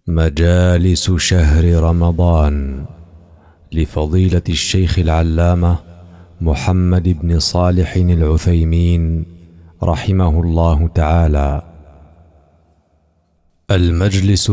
مجالس شهر رمضان لفضيلة الشيخ العلامة محمد بن صالح العثيمين رحمه الله تعالى. المجلس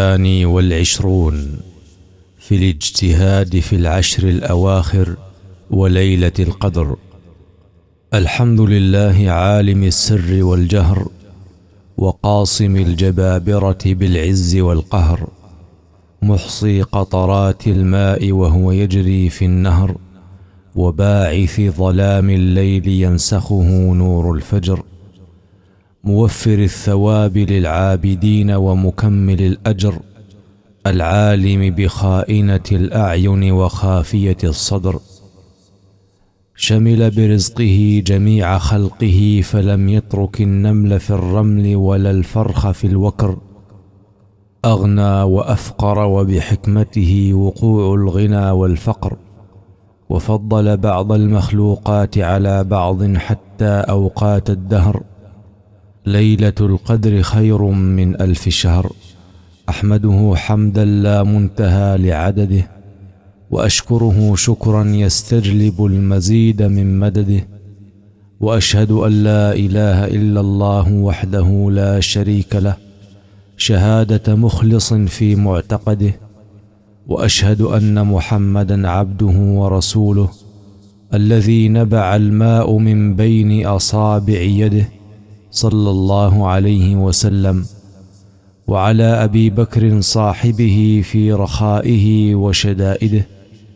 22 في الاجتهاد في العشر الأواخر وليلة القدر. الحمد لله عالم السر والجهر، وقاصم الجبابرة بالعز والقهر، محصي قطرات الماء وهو يجري في النهر، وباعث ظلام الليل ينسخه نور الفجر، موفر الثواب للعابدين ومكمل الأجر، العالم بخائنة الأعين وخافية الصدر، شمل برزقه جميع خلقه فلم يترك النمل في الرمل ولا الفرخ في الوكر، أغنى وأفقر وبحكمته وقوع الغنى والفقر، وفضل بعض المخلوقات على بعض حتى أوقات الدهر. ليلة القدر خير من 1000 شهر، أحمده حمدا لا منتهى لعدده، وأشكره شكرا يستجلب المزيد من مدده، وأشهد أن لا إله إلا الله وحده لا شريك له شهادة مخلص في معتقده، وأشهد أن محمدا عبده ورسوله الذي نبع الماء من بين أصابع يده صلى الله عليه وسلم، وعلى أبي بكر صاحبه في رخائه وشدائده،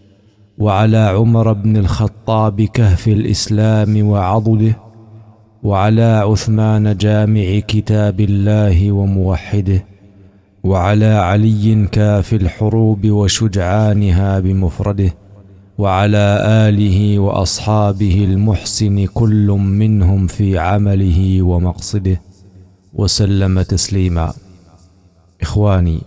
وعلى عمر بن الخطاب كهف الإسلام وعضده، وعلى عثمان جامع كتاب الله وموحده، وعلى علي كاف الحروب وشجعانها بمفرده، وعلى آله وأصحابه المحسن كل منهم في عمله ومقصده، وسلم تسليما. إخواني،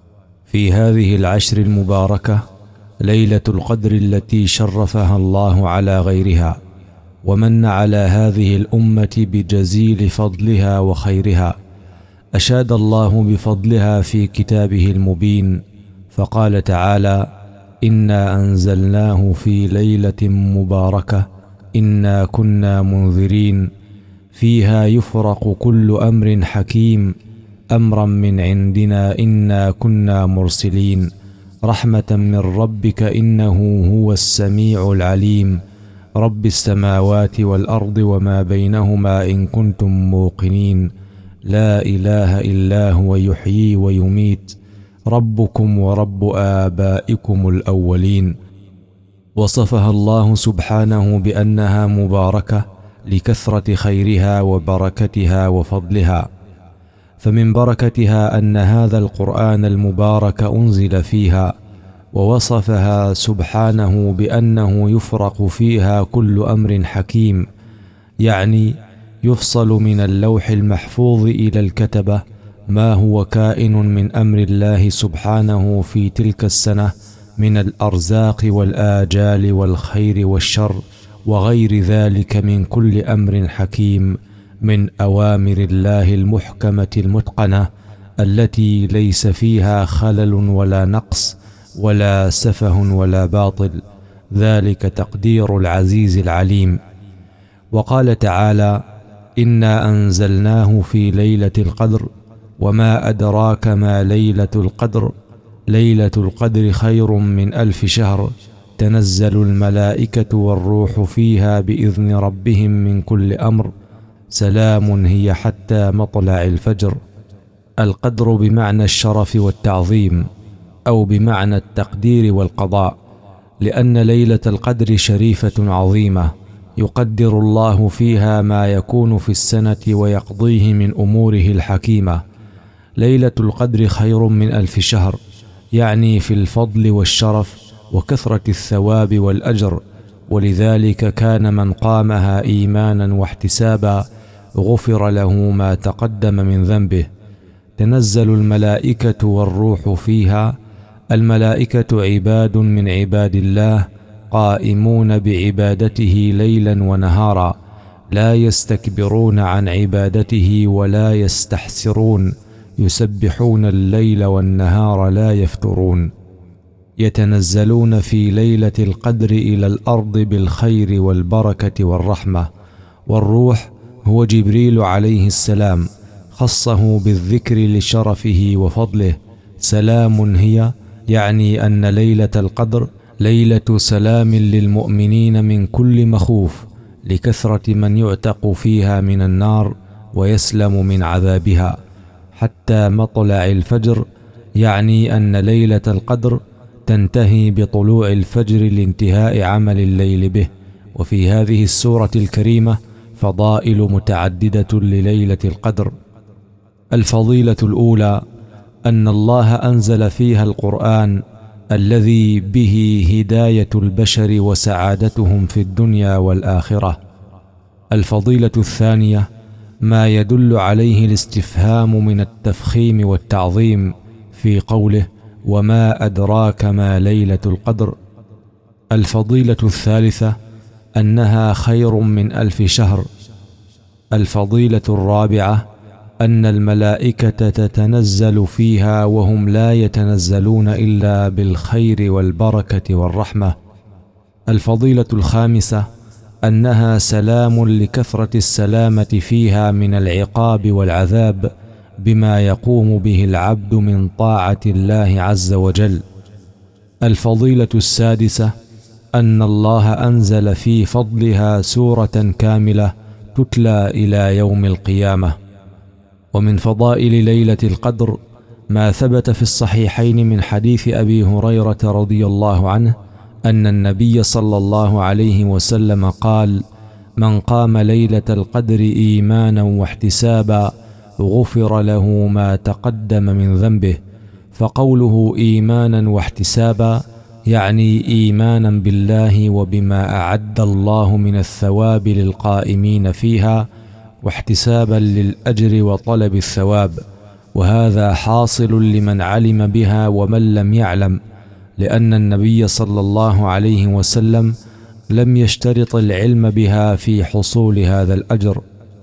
في هذه العشر المباركة ليلة القدر التي شرفها الله على غيرها، ومن على هذه الأمة بجزيل فضلها وخيرها، أشاد الله بفضلها في كتابه المبين، فقال تعالى: إنا أنزلناه في ليلة مباركة إنا كنا منذرين فيها يفرق كل أمر حكيم أمرا من عندنا إنا كنا مرسلين رحمة من ربك إنه هو السميع العليم رب السماوات والأرض وما بينهما إن كنتم موقنين لا إله إلا هو يحيي ويميت ربكم ورب آبائكم الأولين. وصفها الله سبحانه بأنها مباركة لكثرة خيرها وبركتها وفضلها، فمن بركتها أن هذا القرآن المبارك أنزل فيها، ووصفها سبحانه بأنه يفرق فيها كل أمر حكيم، يعني يفصل من اللوح المحفوظ إلى الكتبة ما هو كائن من أمر الله سبحانه في تلك السنة من الأرزاق والآجال والخير والشر وغير ذلك من كل أمر حكيم من أوامر الله المحكمة المتقنة التي ليس فيها خلل ولا نقص ولا سفه ولا باطل، ذلك تقدير العزيز العليم. وقال تعالى: إنا أنزلناه في ليلة القدر وما أدراك ما ليلة القدر ليلة القدر خير من 1000 شهر تنزل الملائكة والروح فيها بإذن ربهم من كل أمر سلام هي حتى مطلع الفجر. القدر بمعنى الشرف والتعظيم، أو بمعنى التقدير والقضاء، لأن ليلة القدر شريفة عظيمة يقدر الله فيها ما يكون في السنة ويقضيه من أموره الحكيمة. ليلة القدر خير من 1000 شهر، يعني في الفضل والشرف وكثرة الثواب والأجر، ولذلك كان من قامها إيمانا واحتسابا غفر له ما تقدم من ذنبه. تنزل الملائكة والروح فيها. الملائكة عباد من عباد الله قائمون بعبادته ليلا ونهارا، لا يستكبرون عن عبادته ولا يستحسرون، يسبحون الليل والنهار لا يفترون، يتنزلون في ليلة القدر إلى الأرض بالخير والبركة والرحمة، والروح هو جبريل عليه السلام، خصه بالذكر لشرفه وفضله. سلام هي، يعني أن ليلة القدر ليلة سلام للمؤمنين من كل مخوف، لكثرة من يعتق فيها من النار ويسلم من عذابها حتى مطلع الفجر، يعني أن ليلة القدر تنتهي بطلوع الفجر لانتهاء عمل الليل به. وفي هذه السورة الكريمة فضائل متعددة لليلة القدر. الفضيلة الأولى أن الله أنزل فيها القرآن الذي به هداية البشر وسعادتهم في الدنيا والآخرة. الفضيلة الثانية ما يدل عليه الاستفهام من التفخيم والتعظيم في قوله وما أدراك ما ليلة القدر. الفضيلة الثالثة أنها خير من 1000 شهر. الفضيلة الرابعة أن الملائكة تتنزل فيها وهم لا يتنزلون إلا بالخير والبركة والرحمة. الفضيلة الخامسة أنها سلام لكثرة السلامة فيها من العقاب والعذاب بما يقوم به العبد من طاعة الله عز وجل. الفضيلة السادسة أن الله أنزل في فضلها سورة كاملة تتلى إلى يوم القيامة. ومن فضائل ليلة القدر ما ثبت في الصحيحين من حديث أبي هريرة رضي الله عنه أن النبي صلى الله عليه وسلم قال: من قام ليلة القدر إيمانا واحتسابا غفر له ما تقدم من ذنبه. فقوله إيمانا واحتسابا يعني إيمانا بالله وبما أعد الله من الثواب للقائمين فيها، واحتسابا للأجر وطلب الثواب، وهذا حاصل لمن علم بها ومن لم يعلم، لأن النبي صلى الله عليه وسلم لم يشترط العلم بها في حصول هذا الأجر.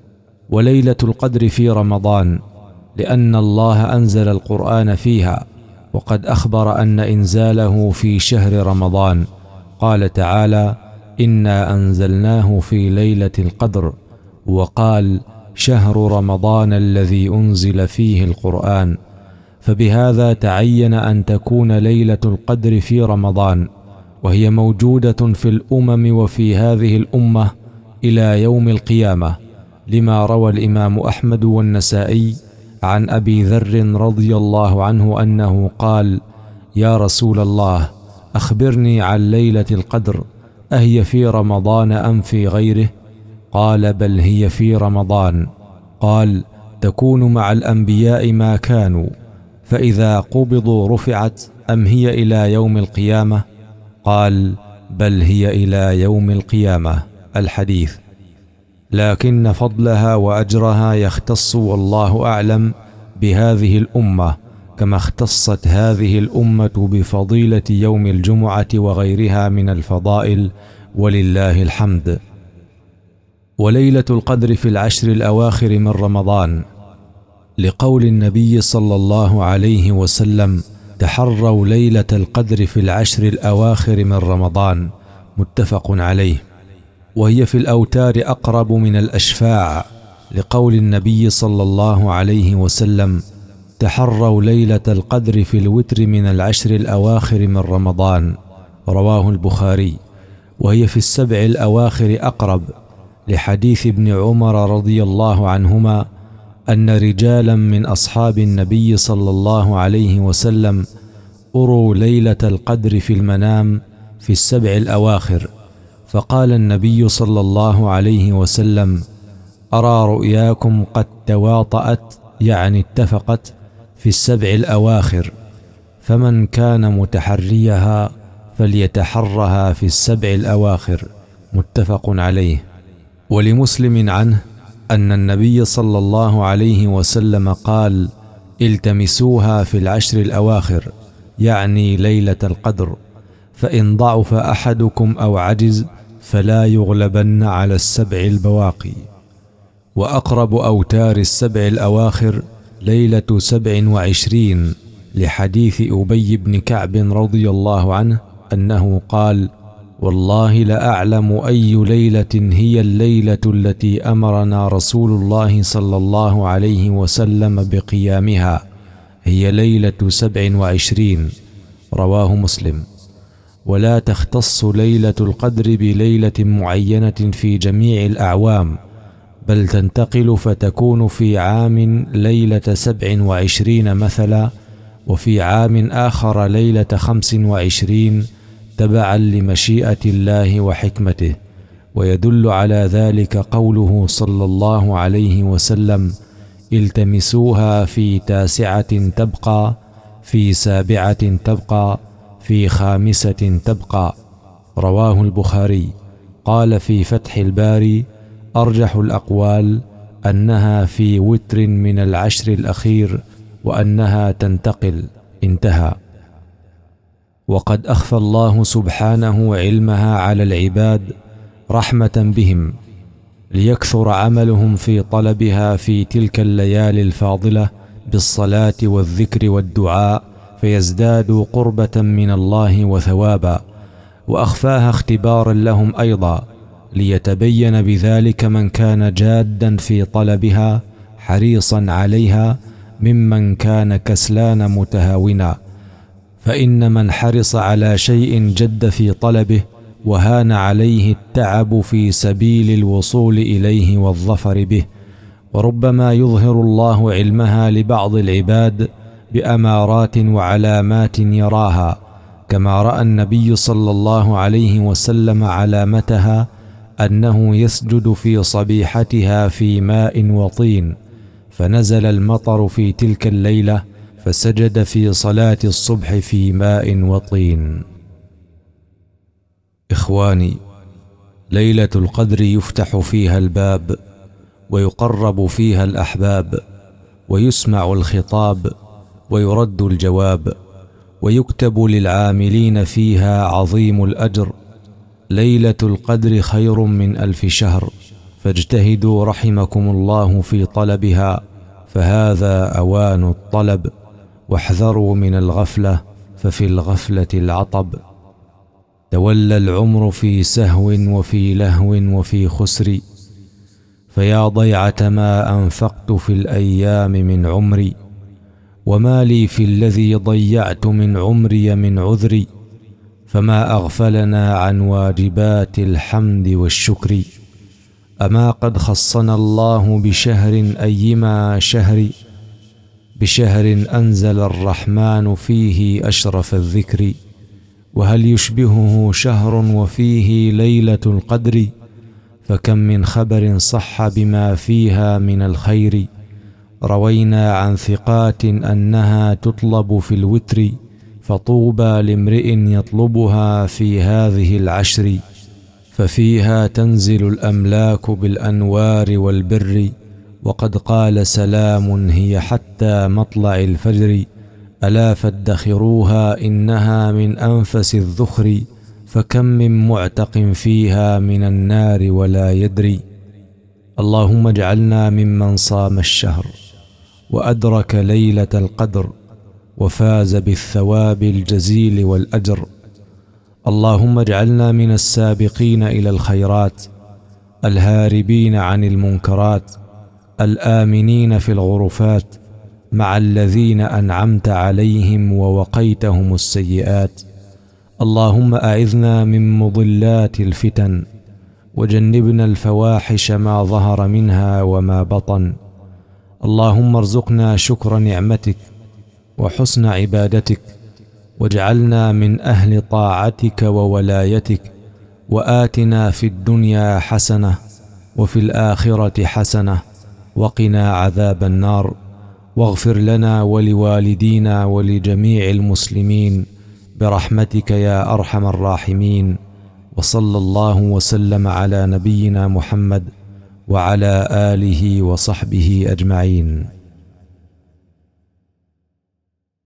وليلة القدر في رمضان لأن الله أنزل القرآن فيها، وقد أخبر أن إنزاله في شهر رمضان. قال تعالى: إنا أنزلناه في ليلة القدر، وقال: شهر رمضان الذي أنزل فيه القرآن. فبهذا تعين أن تكون ليلة القدر في رمضان، وهي موجودة في الأمم وفي هذه الأمة إلى يوم القيامة، لما روى الإمام أحمد والنسائي عن أبي ذر رضي الله عنه أنه قال: يا رسول الله، أخبرني عن ليلة القدر، أهي في رمضان أم في غيره؟ قال: بل هي في رمضان. قال: تكون مع الأنبياء ما كانوا، فإذا قبضوا رفعت، أم هي إلى يوم القيامة؟ قال: بل هي إلى يوم القيامة. الحديث. لكن فضلها وأجرها يختص والله أعلم بهذه الأمة، كما اختصت هذه الأمة بفضيلة يوم الجمعة وغيرها من الفضائل، ولله الحمد. وليلة القدر في العشر الأواخر من رمضان، لقول النبي صلى الله عليه وسلم: تحروا ليلة القدر في العشر الأواخر من رمضان، متفق عليه. وهي في الأوتار أقرب من الأشفاع، لقول النبي صلى الله عليه وسلم: تحروا ليلة القدر في الوتر من العشر الأواخر من رمضان، رواه البخاري. وهي في السبع الأواخر أقرب، لحديث ابن عمر رضي الله عنهما أن رجالا من أصحاب النبي صلى الله عليه وسلم أروا ليلة القدر في المنام في السبع الأواخر، فقال النبي صلى الله عليه وسلم: أرى رؤياكم قد تواطأت، يعني اتفقت، في السبع الأواخر، فمن كان متحريها فليتحرها في السبع الأواخر، متفق عليه. ولمسلم عنه أن النبي صلى الله عليه وسلم قال: التمسوها في العشر الأواخر، يعني ليلة القدر، فإن ضعف أحدكم أو عجز فلا يغلبن على السبع البواقي. وأقرب أوتار السبع الأواخر ليلة 27 لحديث أبي بن كعب رضي الله عنه أنه قال: والله لأعلم أي ليلة هي الليلة التي أمرنا رسول الله صلى الله عليه وسلم بقيامها، هي ليلة 27. رواه مسلم. ولا تختص ليلة القدر بليلة معينة في جميع الأعوام، بل تنتقل فتكون في عام ليلة 27 مثلا، وفي عام آخر ليلة 25 تبعا لمشيئة الله وحكمته. ويدل على ذلك قوله صلى الله عليه وسلم: التمسوها في 9 تبقى، في 7 تبقى، في 5 تبقى. رواه البخاري. قال في فتح الباري: أرجح الأقوال أنها في وتر من العشر الأخير، وأنها تنتقل. انتهى. وقد أخفى الله سبحانه علمها على العباد رحمة بهم، ليكثر عملهم في طلبها في تلك الليالي الفاضلة بالصلاة والذكر والدعاء، فيزدادوا قربة من الله وثوابا. وأخفاها اختبارا لهم أيضا، ليتبين بذلك من كان جادا في طلبها حريصا عليها ممن كان كسلان متهاونا. فإن من حرص على شيء جد في طلبه وهان عليه التعب في سبيل الوصول إليه والظفر به. وربما يظهر الله علمها لبعض العباد بأمارات وعلامات يراها، كما رأى النبي صلى الله عليه وسلم علامتها أنه يسجد في صبيحتها في ماء وطين، فنزل المطر في تلك الليلة فسجد في صلاة الصبح في ماء وطين. إخواني، ليلة القدر يفتح فيها الباب، ويقرب فيها الأحباب، ويسمع الخطاب، ويرد الجواب، ويكتب للعاملين فيها عظيم الأجر. ليلة القدر خير من 1000 شهر، فاجتهدوا رحمكم الله في طلبها، فهذا أوان الطلب. واحذروا من الغفلة، ففي الغفلة العطب. تولى العمر في سهو وفي لهو وفي خسر، فيا ضيعة ما أنفقت في الأيام من عمري، وما لي في الذي ضيعت من عمري من عذري. فما أغفلنا عن واجبات الحمد والشكر، أما قد خصنا الله بشهر أيما شهر، بشهر أنزل الرحمن فيه أشرف الذكر. وهل يشبهه شهر وفيه ليلة القدر؟ فكم من خبر صح بما فيها من الخير. روينا عن ثقات أنها تطلب في الوتر، فطوبى لامرئ يطلبها في هذه العشر. ففيها تنزل الأملاك بالأنوار والبر، وقد قال سلام هي حتى مطلع الفجر. ألا فادخروها إنها من أنفس الذخر، فكم من معتق فيها من النار ولا يدري. اللهم اجعلنا ممن صام الشهر وأدرك ليلة القدر وفاز بالثواب الجزيل والأجر. اللهم اجعلنا من السابقين إلى الخيرات، الهاربين عن المنكرات، الآمنين في الغرفات، مع الذين أنعمت عليهم ووقيتهم السيئات. اللهم أعذنا من مضلات الفتن، وجنبنا الفواحش ما ظهر منها وما بطن. اللهم ارزقنا شكر نعمتك وحسن عبادتك، واجعلنا من أهل طاعتك وولايتك. وآتنا في الدنيا حسنة وفي الآخرة حسنة، وقنا عذاب النار. واغفر لنا ولوالدينا ولجميع المسلمين برحمتك يا أرحم الراحمين. وصلى الله وسلم على نبينا محمد وعلى آله وصحبه أجمعين.